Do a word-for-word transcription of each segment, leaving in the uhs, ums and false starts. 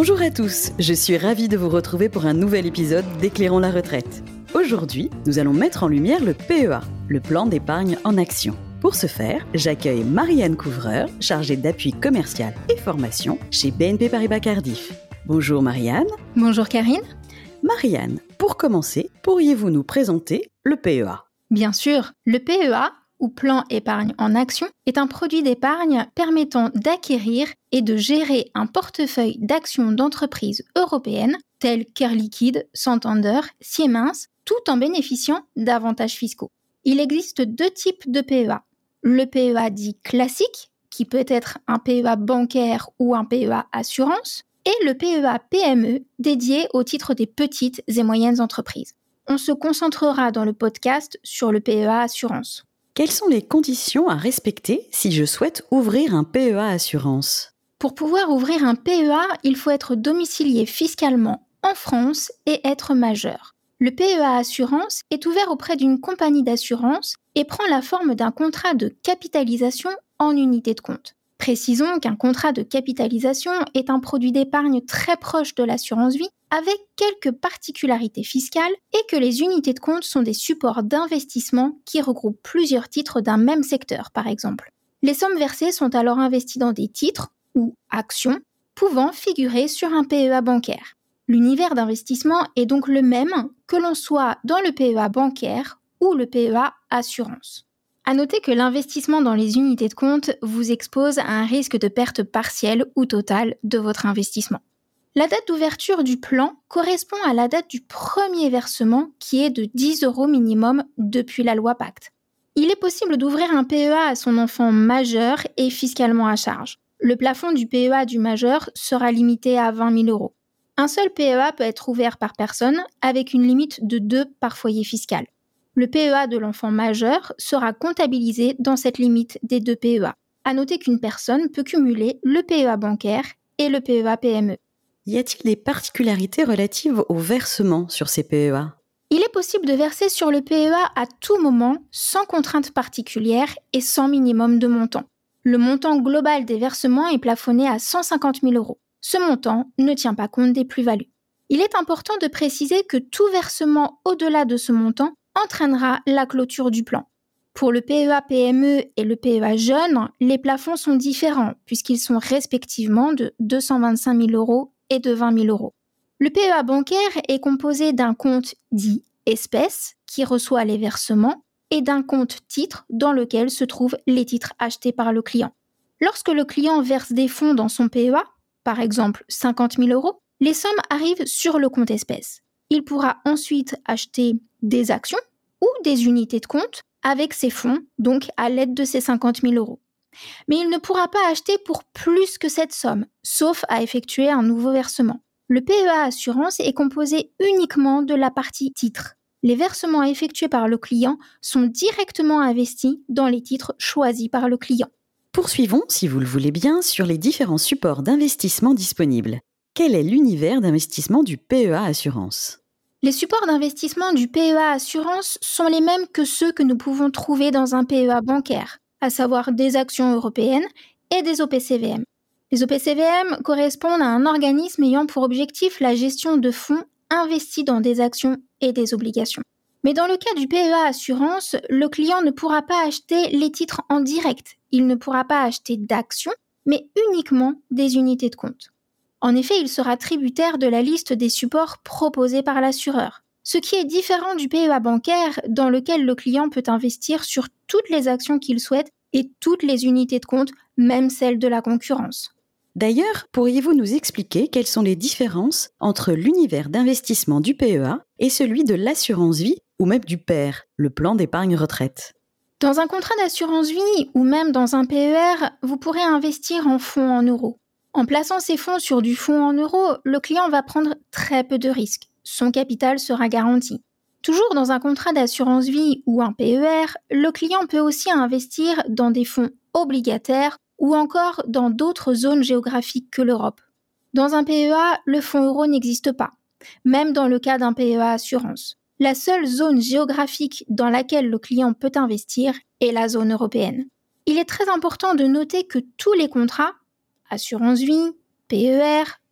Bonjour à tous, je suis ravie de vous retrouver pour un nouvel épisode d'Éclairons la retraite. Aujourd'hui, nous allons mettre en lumière le P E A, le plan d'épargne en action. Pour ce faire, j'accueille Marianne Couvreur, chargée d'appui commercial et formation chez B N P Paribas Cardiff. Bonjour Marianne. Bonjour Karine. Marianne, pour commencer, pourriez-vous nous présenter le P E A ? Bien sûr, le P E A, ou plan épargne en action, est un produit d'épargne permettant d'acquérir et de gérer un portefeuille d'actions d'entreprises européennes telles qu'Air Liquide, Santander, Siemens, tout en bénéficiant d'avantages fiscaux. Il existe deux types de P E A. Le P E A dit classique, qui peut être un P E A bancaire ou un P E A assurance, et le P E A P M E dédié au titre des petites et moyennes entreprises. On se concentrera dans le podcast sur le P E A assurance. Quelles sont les conditions à respecter si je souhaite ouvrir un P E A assurance ? Pour pouvoir ouvrir un P E A, il faut être domicilié fiscalement en France et être majeur. Le P E A assurance est ouvert auprès d'une compagnie d'assurance et prend la forme d'un contrat de capitalisation en unité de compte. Précisons qu'un contrat de capitalisation est un produit d'épargne très proche de l'assurance vie avec quelques particularités fiscales et que les unités de compte sont des supports d'investissement qui regroupent plusieurs titres d'un même secteur par exemple. Les sommes versées sont alors investies dans des titres ou actions pouvant figurer sur un P E A bancaire. L'univers d'investissement est donc le même que l'on soit dans le P E A bancaire ou le P E A assurance. À noter que l'investissement dans les unités de compte vous expose à un risque de perte partielle ou totale de votre investissement. La date d'ouverture du plan correspond à la date du premier versement qui est de dix euros minimum depuis la loi Pacte. Il est possible d'ouvrir un P E A à son enfant majeur et fiscalement à charge. Le plafond du P E A du majeur sera limité à vingt mille euros. Un seul P E A peut être ouvert par personne avec une limite de deux par foyer fiscal. Le P E A de l'enfant majeur sera comptabilisé dans cette limite des deux P E A. À noter qu'une personne peut cumuler le P E A bancaire et le P E A P M E. Y a-t-il des particularités relatives au versement sur ces P E A ? Il est possible de verser sur le P E A à tout moment, sans contrainte particulière et sans minimum de montant. Le montant global des versements est plafonné à cent cinquante mille euros. Ce montant ne tient pas compte des plus-values. Il est important de préciser que tout versement au-delà de ce montant entraînera la clôture du plan. Pour le P E A P M E et le P E A jeune, les plafonds sont différents puisqu'ils sont respectivement de deux cent vingt-cinq mille euros et de vingt mille euros. Le P E A bancaire est composé d'un compte dit espèce qui reçoit les versements et d'un compte titre dans lequel se trouvent les titres achetés par le client. Lorsque le client verse des fonds dans son P E A, par exemple cinquante mille euros, les sommes arrivent sur le compte espèce. Il pourra ensuite acheter des actions ou des unités de compte avec ces fonds, donc à l'aide de ces cinquante mille euros. Mais il ne pourra pas acheter pour plus que cette somme, sauf à effectuer un nouveau versement. Le P E A assurance est composé uniquement de la partie titres. Les versements effectués par le client sont directement investis dans les titres choisis par le client. Poursuivons, si vous le voulez bien, sur les différents supports d'investissement disponibles. Quel est l'univers d'investissement du P E A assurance ? Les supports d'investissement du P E A assurance sont les mêmes que ceux que nous pouvons trouver dans un P E A bancaire, à savoir des actions européennes et des O P C V M. Les O P C V M correspondent à un organisme ayant pour objectif la gestion de fonds investis dans des actions et des obligations. Mais dans le cas du P E A assurance, le client ne pourra pas acheter les titres en direct. Il ne pourra pas acheter d'actions, mais uniquement des unités de compte. En effet, il sera tributaire de la liste des supports proposés par l'assureur. Ce qui est différent du P E A bancaire dans lequel le client peut investir sur toutes les actions qu'il souhaite et toutes les unités de compte, même celles de la concurrence. D'ailleurs, pourriez-vous nous expliquer quelles sont les différences entre l'univers d'investissement du P E A et celui de l'assurance vie ou même du P E R, le plan d'épargne retraite ? Dans un contrat d'assurance vie ou même dans un P E R, vous pourrez investir en fonds en euros. En plaçant ces fonds sur du fonds en euros, le client va prendre très peu de risques. Son capital sera garanti. Toujours dans un contrat d'assurance vie ou un P E R, le client peut aussi investir dans des fonds obligataires ou encore dans d'autres zones géographiques que l'Europe. Dans un P E A, le fonds euro n'existe pas, même dans le cas d'un P E A assurance. La seule zone géographique dans laquelle le client peut investir est la zone européenne. Il est très important de noter que tous les contrats, assurance vie, P E R,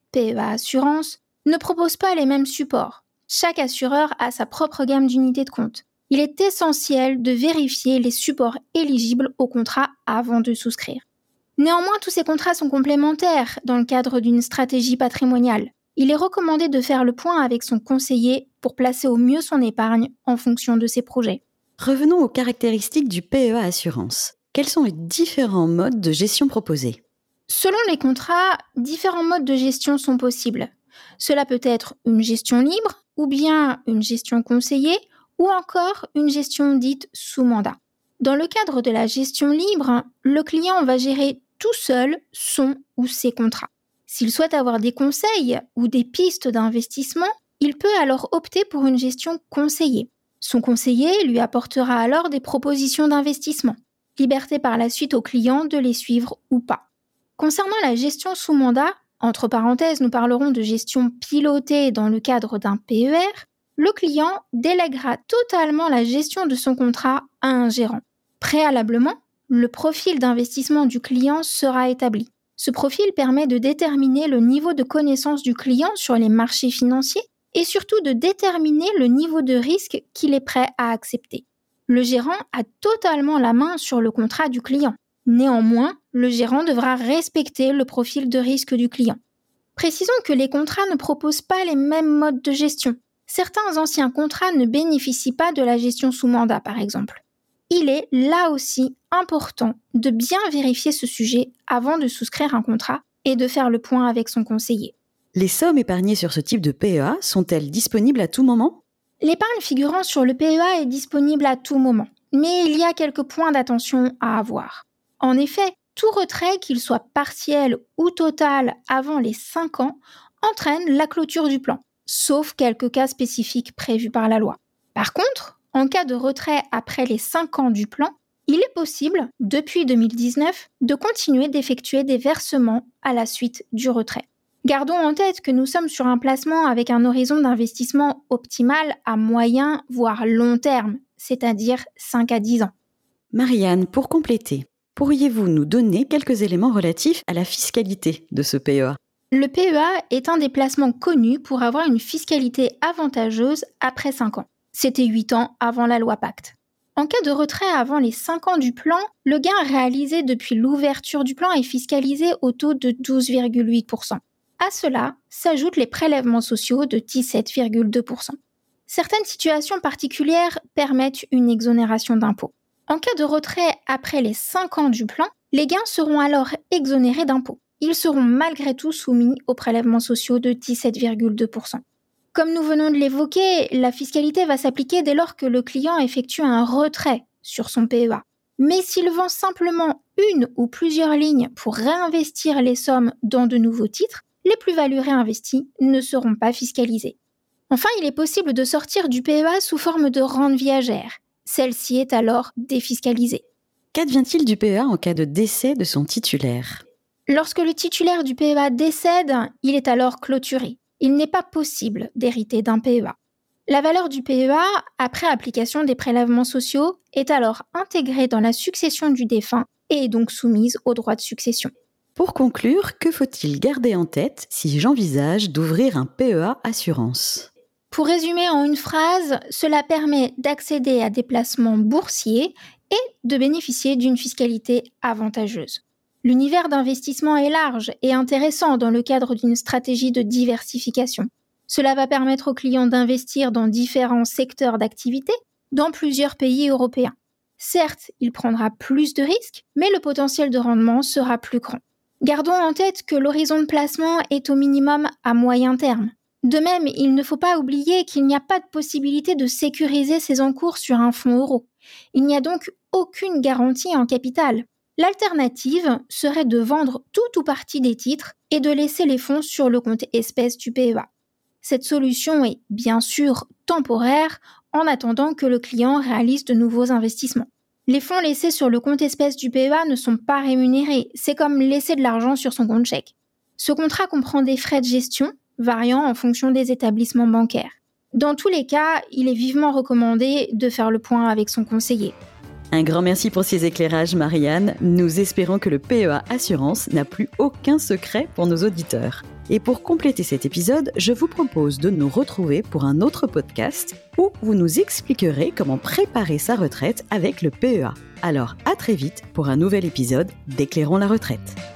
P E A Assurance, ne propose pas les mêmes supports. Chaque assureur a sa propre gamme d'unités de compte. Il est essentiel de vérifier les supports éligibles au contrat avant de souscrire. Néanmoins, tous ces contrats sont complémentaires dans le cadre d'une stratégie patrimoniale. Il est recommandé de faire le point avec son conseiller pour placer au mieux son épargne en fonction de ses projets. Revenons aux caractéristiques du P E A Assurance. Quels sont les différents modes de gestion proposés ? Selon les contrats, différents modes de gestion sont possibles. Cela peut être une gestion libre, ou bien une gestion conseillée, ou encore une gestion dite sous mandat. Dans le cadre de la gestion libre, le client va gérer tout seul son ou ses contrats. S'il souhaite avoir des conseils ou des pistes d'investissement, il peut alors opter pour une gestion conseillée. Son conseiller lui apportera alors des propositions d'investissement. Liberté par la suite au client de les suivre ou pas. Concernant la gestion sous mandat, entre parenthèses, nous parlerons de gestion pilotée dans le cadre d'un P E R, le client délèguera totalement la gestion de son contrat à un gérant. Préalablement, le profil d'investissement du client sera établi. Ce profil permet de déterminer le niveau de connaissance du client sur les marchés financiers et surtout de déterminer le niveau de risque qu'il est prêt à accepter. Le gérant a totalement la main sur le contrat du client. Néanmoins, le gérant devra respecter le profil de risque du client. Précisons que les contrats ne proposent pas les mêmes modes de gestion. Certains anciens contrats ne bénéficient pas de la gestion sous mandat, par exemple. Il est là aussi important de bien vérifier ce sujet avant de souscrire un contrat et de faire le point avec son conseiller. Les sommes épargnées sur ce type de P E A sont-elles disponibles à tout moment ? L'épargne figurant sur le P E A est disponible à tout moment, mais il y a quelques points d'attention à avoir. En effet, tout retrait, qu'il soit partiel ou total avant les cinq ans, entraîne la clôture du plan, sauf quelques cas spécifiques prévus par la loi. Par contre, en cas de retrait après les cinq ans du plan, il est possible, depuis deux mille dix-neuf, de continuer d'effectuer des versements à la suite du retrait. Gardons en tête que nous sommes sur un placement avec un horizon d'investissement optimal à moyen, voire long terme, c'est-à-dire cinq à dix ans. Marianne, pour compléter, pourriez-vous nous donner quelques éléments relatifs à la fiscalité de ce P E A ? Le P E A est un des placements connus pour avoir une fiscalité avantageuse après cinq ans. C'était huit ans avant la loi Pacte. En cas de retrait avant les cinq ans du plan, le gain réalisé depuis l'ouverture du plan est fiscalisé au taux de douze virgule huit pour cent. À cela s'ajoutent les prélèvements sociaux de dix-sept virgule deux pour cent. Certaines situations particulières permettent une exonération d'impôts. En cas de retrait après les cinq ans du plan, les gains seront alors exonérés d'impôts. Ils seront malgré tout soumis aux prélèvements sociaux de dix-sept virgule deux pour cent. Comme nous venons de l'évoquer, la fiscalité va s'appliquer dès lors que le client effectue un retrait sur son P E A. Mais s'il vend simplement une ou plusieurs lignes pour réinvestir les sommes dans de nouveaux titres, les plus-values réinvesties ne seront pas fiscalisées. Enfin, il est possible de sortir du P E A sous forme de rente viagère. Celle-ci est alors défiscalisée. Qu'advient-il du P E A en cas de décès de son titulaire ? Lorsque le titulaire du P E A décède, il est alors clôturé. Il n'est pas possible d'hériter d'un P E A. La valeur du P E A, après application des prélèvements sociaux, est alors intégrée dans la succession du défunt et est donc soumise aux droits de succession. Pour conclure, que faut-il garder en tête si j'envisage d'ouvrir un P E A Assurance ? Pour résumer en une phrase, cela permet d'accéder à des placements boursiers et de bénéficier d'une fiscalité avantageuse. L'univers d'investissement est large et intéressant dans le cadre d'une stratégie de diversification. Cela va permettre aux clients d'investir dans différents secteurs d'activité dans plusieurs pays européens. Certes, il prendra plus de risques, mais le potentiel de rendement sera plus grand. Gardons en tête que l'horizon de placement est au minimum à moyen terme. De même, il ne faut pas oublier qu'il n'y a pas de possibilité de sécuriser ses encours sur un fonds euro. Il n'y a donc aucune garantie en capital. L'alternative serait de vendre tout ou partie des titres et de laisser les fonds sur le compte espèces du P E A. Cette solution est bien sûr temporaire en attendant que le client réalise de nouveaux investissements. Les fonds laissés sur le compte espèces du P E A ne sont pas rémunérés, c'est comme laisser de l'argent sur son compte chèque. Ce contrat comprend des frais de gestion, variant en fonction des établissements bancaires. Dans tous les cas, il est vivement recommandé de faire le point avec son conseiller. Un grand merci pour ces éclairages, Marianne. Nous espérons que le P E A Assurance n'a plus aucun secret pour nos auditeurs. Et pour compléter cet épisode, je vous propose de nous retrouver pour un autre podcast où vous nous expliquerez comment préparer sa retraite avec le P E A. Alors à très vite pour un nouvel épisode d'Éclairons la retraite.